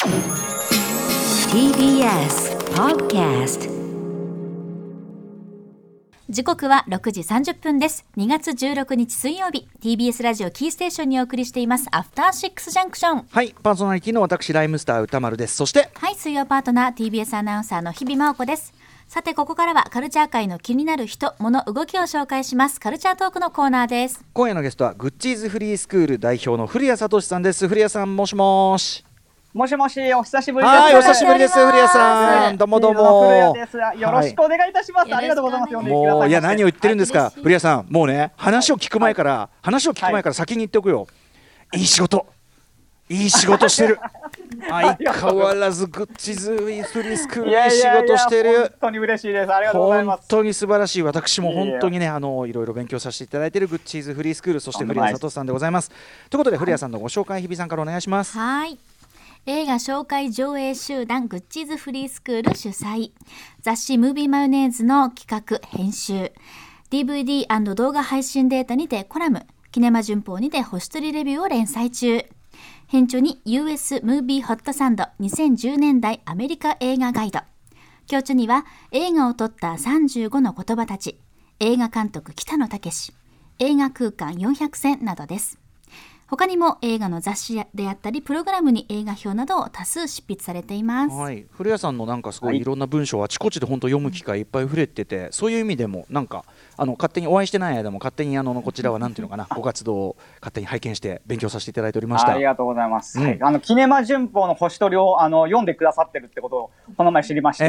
TBS Podcast。 時刻は6時30分です。2月16日水曜日、 TBS ラジオキーステーションにお送りしていますアフターシックスジャンクション。 はい、パーソナリティの私ライムスター歌丸です。そしてはい、水曜パートナー TBS アナウンサーの日々真央子です。さて、ここからはカルチャー界の気になる人物動きを紹介します。カルチャートークのコーナーです。 今夜のゲストはグッチーズフリースクール代表の古谷聡さんです。古谷さん、もしもし。 もしもし、お久しぶりです。 はい、お久しぶりです。古谷さん、どうもどうも。 古谷です。よろしくお願いいたします。はい、ありがとうございます。 もういや、何を言ってるんですか古谷さん。もうね、話を聞く前から先に言っておくよ。いい仕事してる。相変わらずグッチーズフリースクールいい仕事してる。 本当に嬉しいです。ありがとうございます。 本当に素晴らしい。私も本当にね、いろいろ勉強させていただいているグッチーズフリースクール、そして古谷聡さんでございます。ということで、古谷さんのご紹介、日比さんからお願いします。 はい、映画紹介上映集団グッチーズフリースクール主催、雑誌ムービーマヨネーズの企画編集、 DVD& 動画配信データにてコラム、キネマ旬報にて星取りレビューを連載中。編著に US ムービーホットサンド2010年代アメリカ映画ガイド、教著には映画を撮った35の言葉たち、映画監督北野武、映画空間400選などです。他にも映画の雑誌であったりプログラムに映画表などを多数執筆されています。 はい、古谷さんのなんかすごいいろんな文章をあちこちで本当読む機会いっぱい触れてて、そういう意味でもなんか勝手にお会いしてない間も勝手にこちらはなんていうのかなご活動を勝手に拝見して勉強させていただいておりました。 ありがとうございます。はい、キネマ旬報の星取りを読んでくださってるってことをこの前知りまして、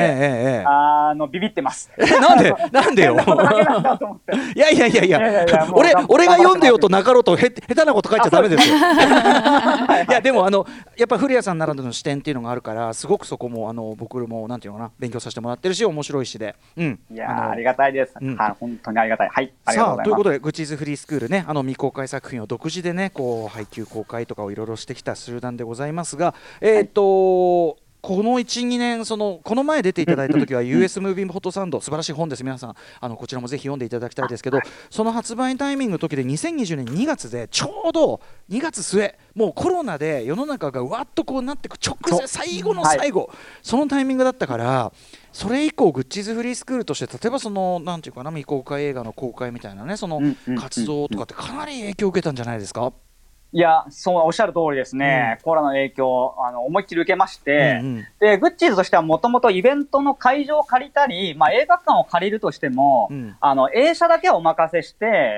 ビビってます。 なんでよ。いや俺が読んでよとなかろうと下手なこと書いちゃダメですよ。いやでもやっぱ古谷さんならでの視点っていうのがあるから、すごくそこも僕もなんていうのかな勉強させてもらってるし、面白いしで、いやありがたいです。本当にありがたい。はい、ありがとうございます。 さあ、ということでグッチーズフリースクールね、未公開作品を独自でねこう配給公開とかをいろいろしてきた集団でございますが、この 1,2 年この前出ていただいた時は US ムービーホットサンド、素晴らしい本です。皆さんこちらもぜひ読んでいただきたいですけど、その発売タイミングの時で2020年2月でちょうど2月末、もうコロナで世の中がわっとこうなってく直前、最後の最後、そのタイミングだったから、それ以降グッチーズフリースクールとして例えばなんていうかな、未公開映画の公開みたいなね、その活動とかってかなり影響を受けたんじゃないですか？ いや、そうおっしゃる通りですね。コロナの影響思いっきり受けまして、でグッチーズとしてはもともとイベントの会場を借りたり、映画館を借りるとしても、映写だけはお任せして、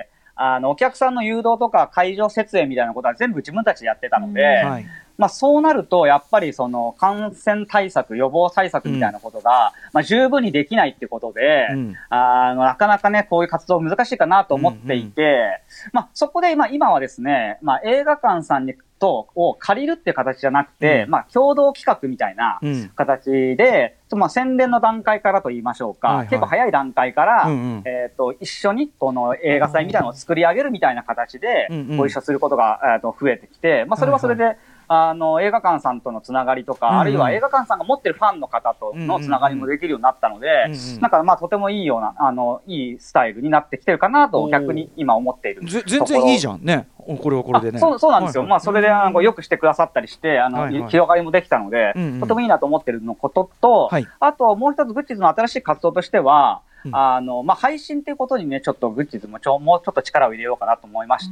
お客さんの誘導とか会場設営みたいなことは全部自分たちでやってたので、そうなるとやっぱりその感染対策、予防対策みたいなことが、十分にできないってことで、なかなかねこういう活動難しいかなと思っていて、そこで今はですね、映画館さんを借りるっていう形じゃなくて、共同企画みたいな形で、宣伝の段階からと言いましょうか、結構早い段階から、一緒にこの映画祭みたいなのを作り上げるみたいな形でご一緒することが増えてきて、それはそれで映画館さんとのつながりとか、あるいは映画館さんが持ってるファンの方とのつながりもできるようになったので、なんかとてもいいようないいスタイルになってきてるかなと逆に今思っている。 全然いいじゃんね、これはこれでね。 そうなんですよ。それでよくしてくださったりして広がりもできたので、とてもいいなと思ってるのことと、あともう一つグッチーズの新しい活動としては、配信っていうことにねちょっとグッチーズももうちょっと力を入れようかなと思いまして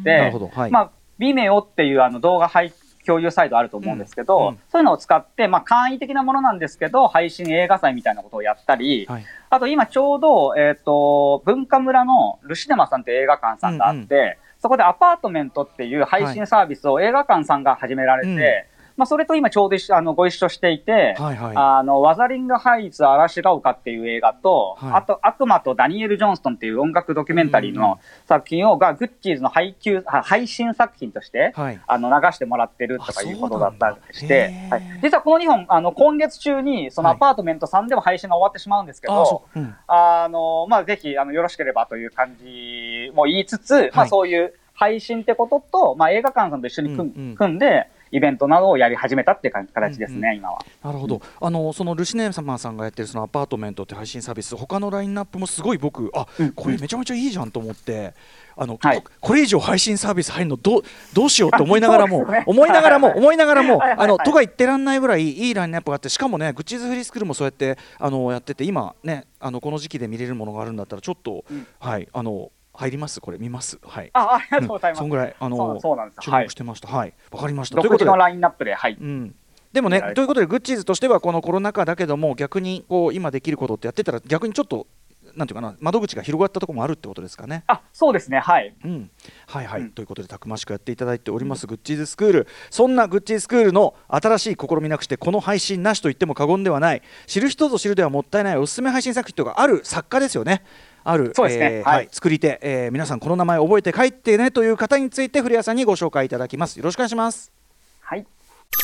、Vimeo っていう動画共有サイトあると思うんですけど、そういうのを使って、簡易的なものなんですけど、配信映画祭みたいなことをやったり、あと今ちょうど、文化村のルシネマさんっていう映画館さんがあって、そこでアパートメントっていう配信サービスを映画館さんが始められて、それと今ちょうどご一緒していて、ワザリングハイツ嵐が丘っていう映画と、あと悪魔とダニエル・ジョンストンっていう音楽ドキュメンタリーの作品がグッチーズの配信作品として流してもらってるとかいうことだったりして、実はこの2本今月中にそのアパートメントさんでも配信が終わってしまうんですけど、ぜひよろしければという感じも言いつつ、そういう配信ってことと、映画館さんと一緒に組んでイベントなどをやり始めたっていう形ですね、今は。 なるほど。そのルシネマさんがやってるそのアパートメントって配信サービス、他のラインナップもすごい僕これめちゃめちゃいいじゃんと思って、これ以上配信サービス入るのどうしようと思いながらもとか言ってらんないぐらいいいラインナップがあって、しかもねグッチーズフリースクールもそうやってやってて、今ねこの時期で見れるものがあるんだったらちょっと、入ります。これ見ます。はい。 ありがとうございます。 そんぐらいそうなんです。 注目してました。はい。わかりました。 独自のラインナップで、はい。 でもね、ということでグッチーズとしてはこのコロナ禍だけども、逆にこう今できることってやってたら逆にちょっとなんていうかな、窓口が広がったところもあるってことですかね。 そうですね。はい。 ということでたくましくやっていただいております、グッチーズスクール。そんなグッチーズスクールの新しい試みなくしてこの配信なしと言っても過言ではない、知る人ぞ知るではもったいないおすすめ配信作品とかある作家ですよね。 そうですね。 作り手、皆さんこの名前覚えて帰ってねという方について古谷さんにご紹介いただきます。よろしくお願いします。 はい。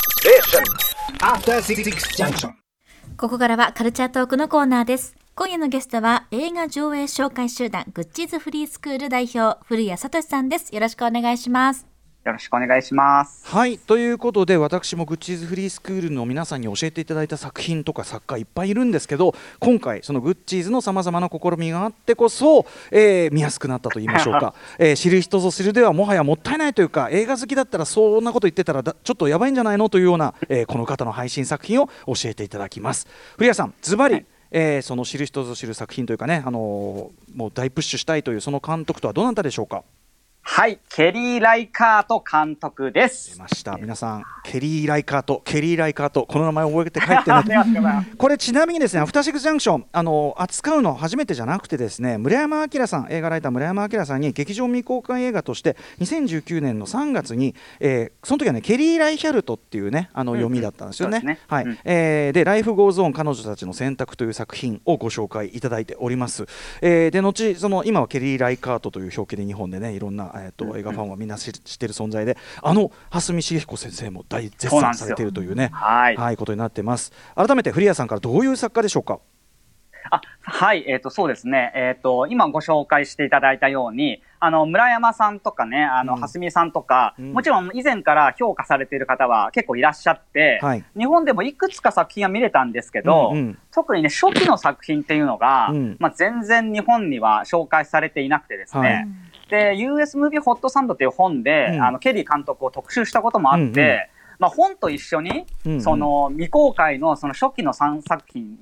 ここからはカルチャートークのコーナーです。今夜のゲストは映画上映紹介集団グッチーズフリースクール代表古谷聡さんです。よろしくお願いします。 よろしくお願いします。 はい、ということで私もグッチーズフリースクールの皆さんに教えていただいた作品とか作家いっぱいいるんですけど、今回そのグッチーズのさまざまな試みがあってこそ、見やすくなったと言いましょうか、知る人ぞ知るではもはやもったいないというか、映画好きだったらそんなこと言ってたらちょっとやばいんじゃないのというような、この方の配信作品を教えていただきます。古谷さん、ズバリその知る人ぞ知る作品というかね、もう大プッシュしたいというその監督とはどなたでしょうか。 はい、ケリー・ライカート監督です。 出ました。皆さん、ケリー・ライカート、この名前を覚えて帰ってねこれちなみにですね、アフターシックスジャンクション扱うの初めてじゃなくてですね、村山明さん、映画ライター村山明さんに劇場未公開映画として2019年の3月に、その時はねケリー・ライヒャルトっていうね読みだったんですよね。はい。でライフ・ゴーズ・オン、彼女たちの選択という作品をご紹介いただいております。で後今はケリー・ライカートという表記で日本でねいろんな映画ファンはみんな知っている存在で、蓮見茂彦先生も大絶賛されているというね、ことになっています。改めて古谷さんからどういう作家でしょうか。 はい、そうですね、今ご紹介していただいたように村山さんとかね蓮見さんとか、もちろん以前から評価されている方は結構いらっしゃって、日本でもいくつか作品は見れたんですけど、特にね初期の作品っていうのが、全然日本には紹介されていなくてですね、で US ムービーホットサンドっていう本で、ケリー監督を特集したこともあって、本と一緒に、その未公開のその初期の3作品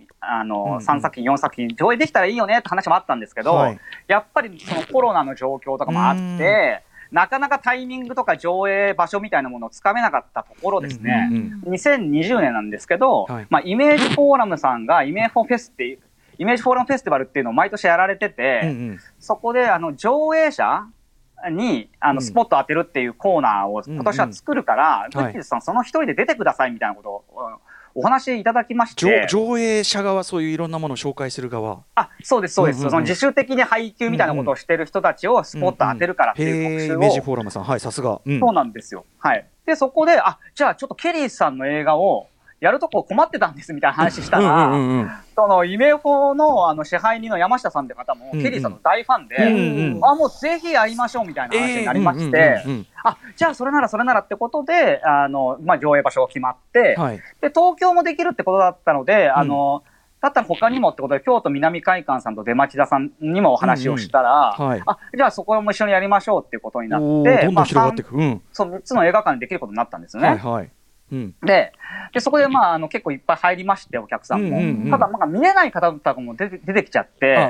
3作品4作品上映できたらいいよねって話もあったんですけど、やっぱりそのコロナの状況とかもあってなかなかタイミングとか上映場所みたいなものをつかめなかったところですね、2020年なんですけど、イメージフォーラムさんがイメージフォーラムフェスティバルっていうのを毎年やられてて、そこで上映者にスポット当てるっていうコーナーを今年は作るから、グッチーズさんその一人で出てくださいみたいなことをお話いただきまして、 上映者側、そういういろんなものを紹介する側。 そうです、その自主的に配給みたいなことをしてる人たちをスポット当てるからっていう特集を、 イメージフォーラムさん、さすが、 そうなんですよ。でそこでじゃあちょっとケリーさんの映画をやるとこ困ってたんですみたいな話したら、そのイメフォの支配人の山下さんって方もケリーさんの大ファンで、もうぜひ会いましょうみたいな話になりまして、じゃあそれならってことで上映場所が決まって、で東京もできるってことだったので、だったら他にもってことで京都南会館さんと出町田さんにもお話をしたら、じゃあそこも一緒にやりましょうっていうことになって、 どんどん広がっていく、 3つの映画館でできることになったんですね。でそこで結構いっぱい入りまして、お客さんも、ただ見れない方とかも出てきちゃって、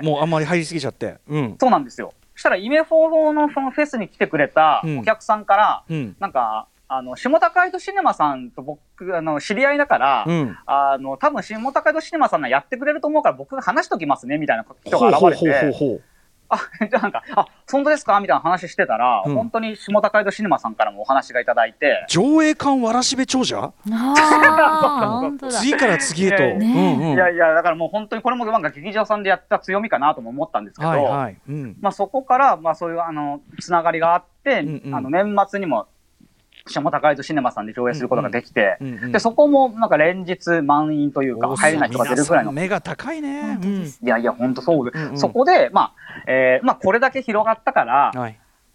もうあんまり入りすぎちゃって、 そうなんですよ。そしたらイメフォのそのフェスに来てくれたお客さんから、なんか下高井戸シネマさんと僕知り合いだから、多分下高井戸シネマさんがやってくれると思うから僕が話しときますねみたいな人が現れて、なんか本当ですかみたいな話してたら、本当に下高井戸シネマさんからもお話がいただいて、 上映館わらしべ長者次から次へと、いやだからもう本当にこれもなんか劇場さんでやった強みかなとも思ったんですけど、そこからそういうつながりがあって、年末にも下高井戸シネマさんで上映することができて、でそこもなんか連日満員というか入れない人が出るぐらいの、 目が高いね。 いや本当そうで、そこでこれだけ広がったから、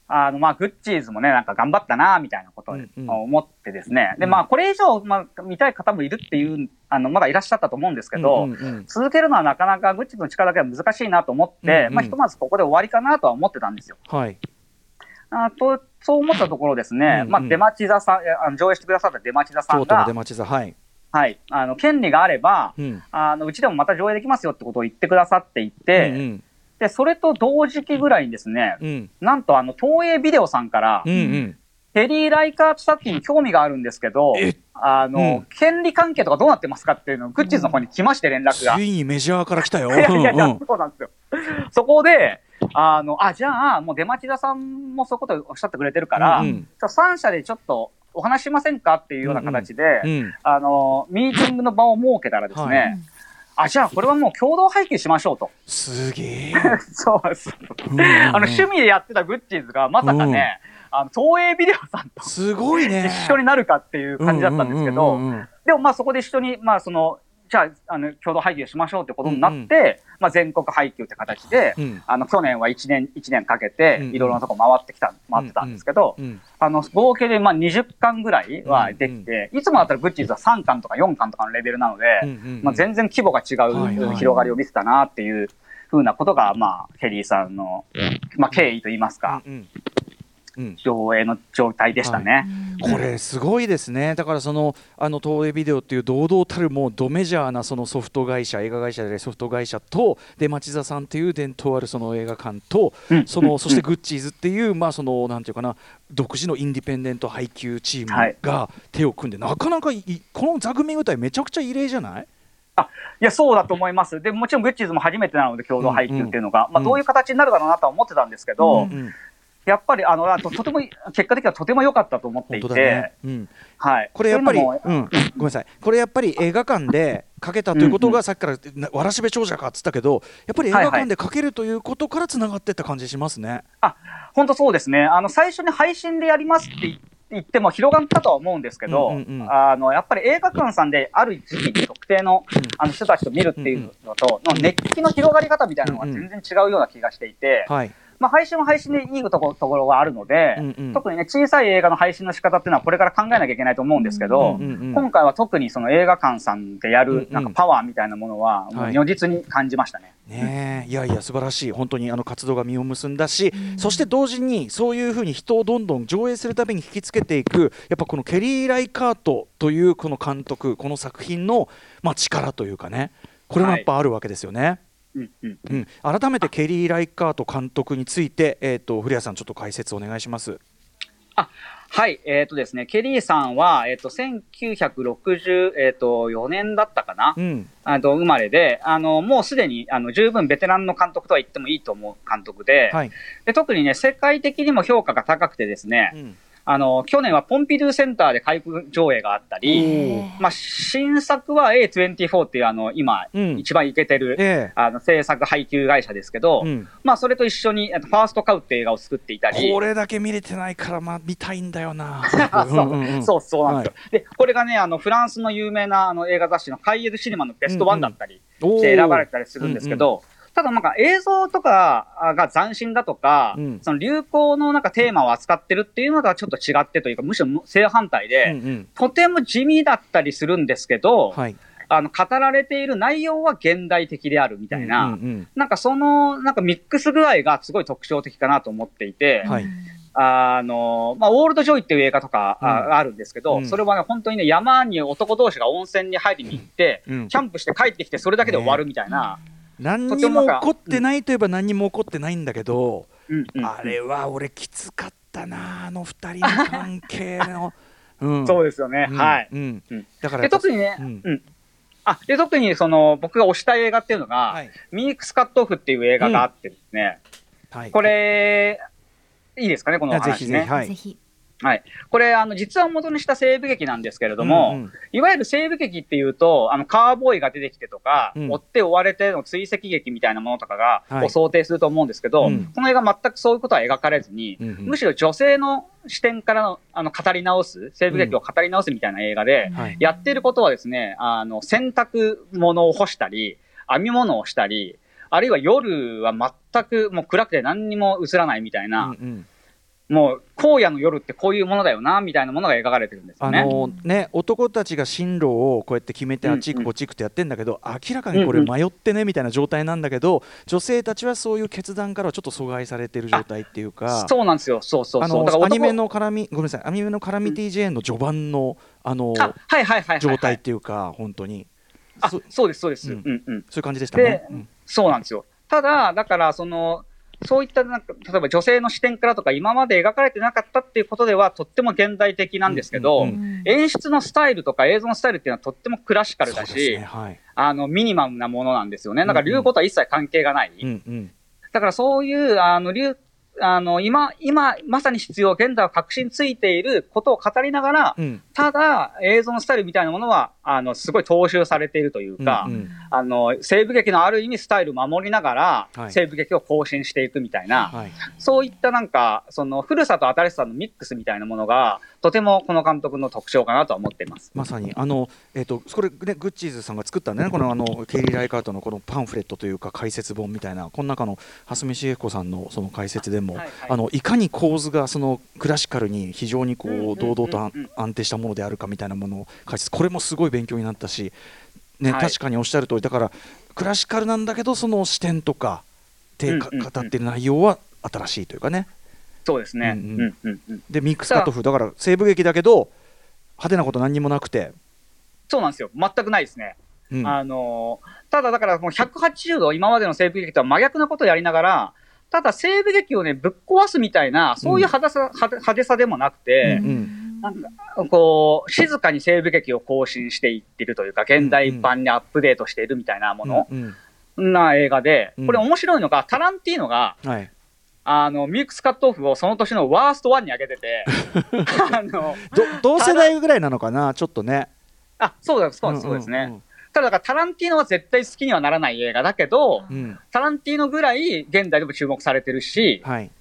グッチーズもね、なんか頑張ったな、みたいなことを思ってですね。で、これ以上、見たい方もいるっていう、まだいらっしゃったと思うんですけど、続けるのはなかなかグッチーズの力だけは難しいなと思って、ひとまずここで終わりかなとは思ってたんですよ。 はい。 そう思ったところですね、出町座さん、上映してくださった出町座さんが、 京都の出町座、はい。 はい、権利があれば、うちでもまた上映できますよってことを言ってくださっていて、で、それと同時期ぐらいにですね、なんと東映ビデオさんから、ヘリー・ライカート作品に興味があるんですけど、権利関係とかどうなってますかっていうのをグッチーズの方に来まして、連絡が。 ついにメジャーから来たよ。 いや、そうなんですよ。そこで、じゃあ、もう出町田さんもそういうことをおっしゃってくれてるから、3社でちょっとお話しませんかっていうような形で、ミーティングの場を設けたらですね、じゃあこれはもう共同配給しましょうと。 すげえ。 そうです。趣味でやってたグッチーズがまさかね、東映ビデオさんとすごいね。 一緒になるかっていう感じだったんですけど、でもそこで一緒に、じゃあ、共同配給しましょうってことになって、全国配給って形で、去年は1年かけて、いろいろなとこ回ってたんですけど、合計で20巻ぐらいはできて、いつもだったらグッチーズは3巻とか4巻とかのレベルなので、全然規模が違う広がりを見せたなっていうふうなことが、ヘリーさんの、経緯といいますか、上映の状態でしたね、 これすごいですね。だから東映ビデオっていう堂々たるもうドメジャーなそのソフト会社、映画会社でソフト会社と出町座さんっていう伝統あるその映画館と、そしてグッチーズっていうなんていうかな、独自のインディペンデント配給チームが手を組んで、なかなかこの座組舞台めちゃくちゃ異例じゃない？ いや、そうだと思います。でもちろんグッチーズも初めてなので共同配給っていうのが、どういう形になるだろうなとは思ってたんですけど、やっぱりとても結果的にはとても良かったと思っていて、 これやっぱりごめんなさい、これやっぱり映画館でかけたということが、さっきからわらしべ長者かっつったけど、やっぱり映画館でかけるということからつながっていった感じしますね。 本当そうですね。最初に配信でやりますって言っても広がったとは思うんですけど、やっぱり映画館さんである時期に特定の人たちと見るっていうのとの熱気の広がり方みたいなのが全然違うような気がしていて、配信は配信でいいところがあるので、特にね、小さい映画の配信の仕方っていうのはこれから考えなきゃいけないと思うんですけど、今回は特にその映画館さんでやるなんかパワーみたいなものはもう如実に感じましたね。 いやいや素晴らしい、本当に活動が実を結んだし、そして同時にそういうふうに人をどんどん上映するために引きつけていく、やっぱこのケリー・ライカートというこの監督、この作品の力というかね、これもやっぱあるわけですよね。改めてケリー・ライカート監督について、古谷さんちょっと解説お願いします。 はい、ですね、ケリーさんは、1964年だったかな、生まれで、もうすでに十分ベテランの監督とは言ってもいいと思う監督で、で特にね、世界的にも評価が高くてですね、去年はポンピドゥセンターで開幕上映があったり、新作は A24 っていう今、一番イケてる、制作配給会社ですけど、それと一緒にファーストカウって映画を作っていたり。 これだけ見れてないから見たいんだよな。 そうなんですよ。で、これがね、フランスの有名な映画雑誌のカイエルシネマのベストワンだったりして選ばれたりするんですけど、ただなんか映像とかが斬新だとか、その流行のなんかテーマを扱ってるっていうのとはちょっと違ってというか、むしろ正反対で、とても地味だったりするんですけど、語られている内容は現代的であるみたいな、なんかそのなんかミックス具合がすごい特徴的かなと思っていて、ウォールド・ジョイっていう映画とかあるんですけど、それはね、本当にね、山に男同士が温泉に入りに行って、キャンプして帰ってきてそれだけで終わるみたいな。 何にも起こってないといえば何にも起こってないんだけど、あれは俺きつかったな、2人の関係の。 そうですよね。だから特にね、特にその僕が推した映画っていうのが、ミークスカットオフっていう映画があってですね、これいいですかね、この話ね。ぜひ。これ実話を元にした西部劇なんですけれども、いわゆる西部劇っていうとカーボーイが出てきてとか、追って追われての追跡劇みたいなものとかが、を想定すると思うんですけど、この映画全くそういうことは描かれずに、むしろ女性の視点からの語り直す、西部劇を語り直すみたいな映画で、やっていることはですね、洗濯物を干したり編み物をしたり、あるいは夜は全くもう暗くて何にも映らないみたいな、 もう荒野の夜ってこういうものだよなみたいなものが描かれてるんですよね。 男たちが進路をこうやって決めてあっち行くこっち行くってやってんだけど、明らかにこれ迷ってねみたいな状態なんだけど、女性たちはそういう決断からはちょっと阻害されてる状態っていうか。 そうなんですよ。そうだからアニメの絡みごめんなさい、アニメの絡み TJN の序盤の状態っていうか、本当にそうですそうです、 そういう感じでしたね。 そうなんですよ。ただだからそういったなんか例えば女性の視点からとか今まで描かれてなかったっていうことではとっても現代的なんですけど、演出のスタイルとか映像のスタイルっていうのはとってもクラシカルだし、ミニマムなものなんですよね。だから流行とは一切関係がない。だからそういう今まさに必要、現在は確信ついていることを語りながら、ただ映像のスタイルみたいなものはすごい踏襲されているというか、西部劇のある意味スタイルを守りながら、西部劇を更新していくみたいな、そういったなんか古さと新しさのミックスみたいなものがとてもこの監督の特徴かなとは思っています。 まさにこれね、グッチーズさんが作ったんでね、このケイリー・ライカートのこのパンフレットというか解説本みたいな、この中の蓮見茂彦さんのその解説でも、いかに構図がそのクラシカルに非常にこう堂々と安定したものであるかみたいなものを解説、これもすごい勉強になったし、確かにおっしゃる通りだから、クラシカルなんだけどその視点とかで語っている内容は新しいというかね。 そうですね。 でミックスカット風だから西部劇だけど派手なこと何にもなくて。 そうなんですよ、全くないですね。ただだからもう180度今までの西部劇とは真逆なことをやりながら、ただ西部劇をねぶっ壊すみたいなそういう派手さでもなくて、なんかこう静かに西部劇を更新していってるというか、現代版にアップデートしているみたいなものな映画で、これ面白いのがタランティーノが、ミックスカットオフをその年のワースト1に上げてて同世代ぐらいなのかな、ちょっとね。 そうですね。ただタランティーノは絶対好きにはならない映画だけど、タランティーノぐらい現代でも注目されてるし、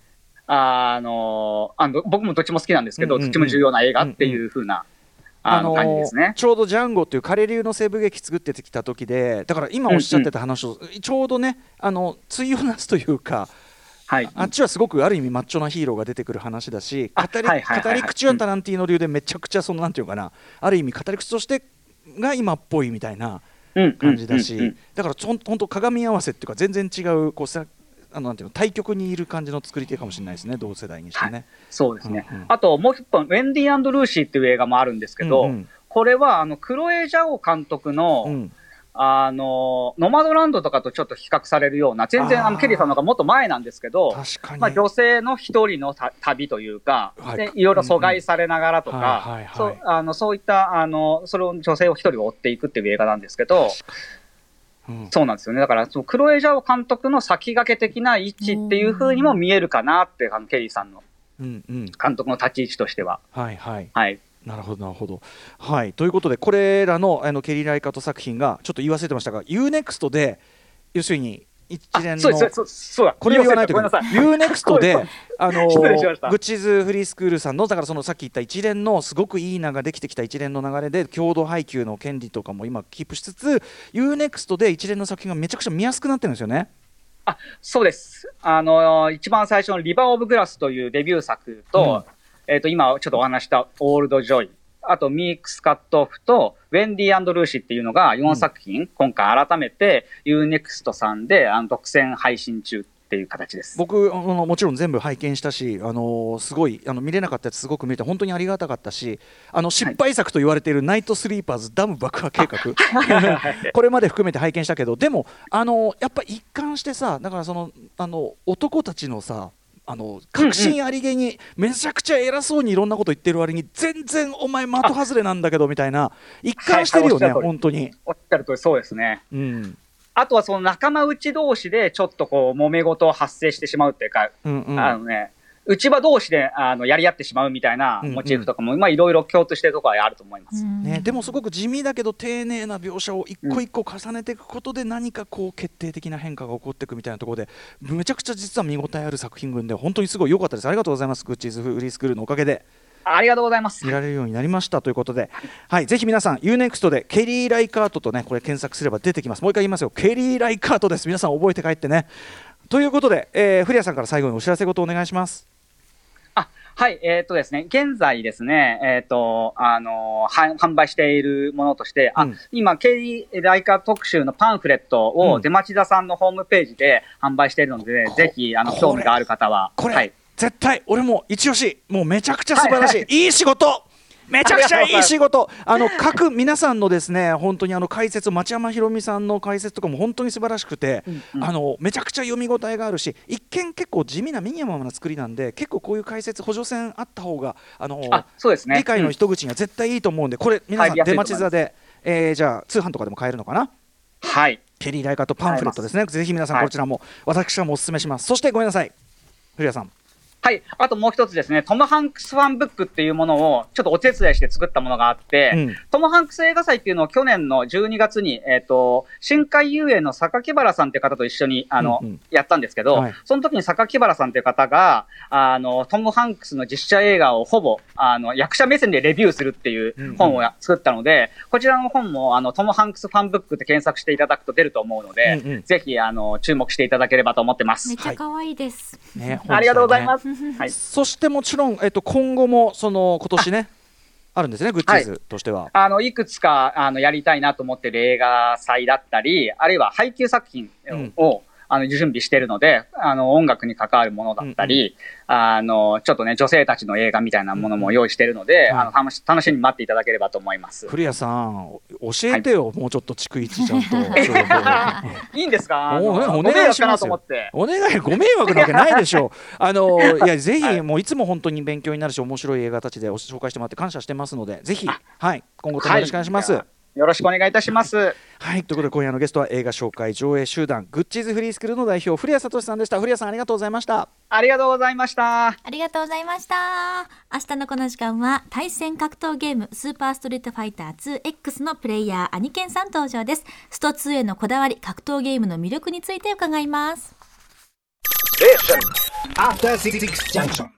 僕もどっちも好きなんですけど、どっちも重要な映画っていう風な感じですね。 ちょうどジャンゴっていう彼流の西部劇作ってきた時で、だから今おっしゃってた話を、ちょうどね対をなすというか、あっちはすごくある意味マッチョなヒーローが出てくる話だし、語り口はタランティーノ流でめちゃくちゃなんていうかな、ある意味語り口としてが今っぽいみたいな感じだし、だから本当鏡合わせっていうか全然違うなんていうの対極にいる感じの作り手かもしれないですね、同世代にしてね。 そうですね。あともう一本ウェンディ&ルーシーっていう映画もあるんですけど、これはクロエ・ジャオ監督のノマドランドとかとちょっと比較されるような、全然ケリーさんの方がもっと前なんですけど、女性の一人の旅というか、いろいろ阻害されながらとか、そういったそれを女性を一人追っていくっていう映画なんですけど、そうなんですよね。だからクロエ・ジャオ監督の先駆け的な位置っていう風にも見えるかなって、ケリーさんの監督の立ち位置としては。なるほどなるほど。ということでこれらのケリー・ライカート作品がちょっと言い忘れてましたが UNEXT で要するに一連のこれを言わないといけない UNEXT でグッチーズフリースクールさんのだからそのさっき言った一連のすごくいいできてきた一連の流れで共同配給の権利とかも今キープしつつ UNEXT で一連の作品がめちゃくちゃ見やすくなってるんですよね。そうです。一番最初のリバー・オブ・グラスというデビュー作と、今ちょっとお話したオールド・ジョイ、あとミックスカットオフとウェンディ&ルーシーっていうのが4作品、今回改めて UNEXT さんで独占配信中っていう形です。 僕もちろん全部拝見したしすごい見れなかったやつすごく見れて本当にありがたかったし失敗作と言われているナイトスリーパーズダム爆破計画これまで含めて拝見したけど、でもやっぱ一貫してさ、だから男たちのさ確信ありげにめちゃくちゃ偉そうにいろんなこと言ってる割に全然お前的外れなんだけどみたいな一貫してるよね、本当に。 おっしゃる通りそうですね。あとはその仲間内同士でちょっとこう揉め事発生してしまうっていうか、内場同士でやり合ってしまうみたいなモチーフとかもいろいろ共通してるところはあると思います、 でもすごく地味だけど丁寧な描写を一個一個重ねていくことで何かこう決定的な変化が起こっていくみたいなところでめちゃくちゃ実は見応えある作品群で本当にすごい良かったです。ありがとうございます。グッチーズフリースクールのおかげでありがとうございます。 見られるようになりましたということで、ぜひ皆さん UNEXT でケリー・ライカートとねこれ検索すれば出てきます。もう一回言いますよ、ケリー・ライカートです。皆さん覚えて帰ってねということで、古谷さんから最後にお知らせ事をお願いします。 はい、ですね、現在ですね、販売しているものとして、今、経理来華特集のパンフレットを出町田さんのホームページで販売しているので、ぜひ、興味がある方は。 これ、 はい、 絶対、俺も一押し、もうめちゃくちゃ素晴らしい、いい仕事めちゃくちゃいい仕事各皆さんのですね本当に解説町山ひろみさんの解説とかも本当に素晴らしくて、めちゃくちゃ読み応えがあるし一見結構地味なミニマムな作りなんで結構こういう解説補助線あった方がそうですね、 理解の糸口には絶対いいと思うんでこれ皆さん出町座で、じゃあ通販とかでも買えるのかな。 はい、 ケリー来華とパンフレットですね。ぜひ皆さんこちらも私はもお勧めします。そしてごめんなさい古谷さん。 はい。あともう一つですね、トム・ハンクスファンブックっていうものをちょっとお手伝いして作ったものがあって、トム・ハンクス映画祭っていうのを去年の12月に、深海遊泳の榊原さんっていう方と一緒に、やったんですけど、その時に榊原さんっていう方が、トム・ハンクスの実写映画をほぼ、役者目線でレビューするっていう本を作ったので、こちらの本も、トム・ハンクスファンブックって検索していただくと出ると思うので、ぜひ、注目していただければと思ってます。 めっちゃ可愛いです。 ね、 ありがとうございます。 はい、そしてもちろん、今後も今年ねあるんですね、グッチーズとしては。 いくつかやりたいなと思っている映画祭だったり、あるいは配給作品を、準備しているので、音楽に関わるものだったり、ちょっとね、女性たちの映画みたいなものも用意しているので、楽しみに待っていただければと思います。 古谷さん、教えてよ、もうちょっと逐一ちゃんと。 いいんですか？ お願いしますよ。お願い、ご迷惑なわけないでしょう。いや、ぜひ、もういつも本当に勉強になるし、面白い映画たちで紹介してもらって感謝してますので、ぜひ、はい、今後ともよろしくお願いします。 よろしくお願いいたします。 はい、ということで今夜のゲストは映画紹介上映集団グッチーズフリースクールの代表古谷聡さんでした。古谷さんありがとうございました。 ありがとうございました。 ありがとうございました。明日のこの時間は対戦格闘ゲームスーパーストリートファイター 2X のプレイヤーアニケンさん登場です。スト2へのこだわり、格闘ゲームの魅力について伺います。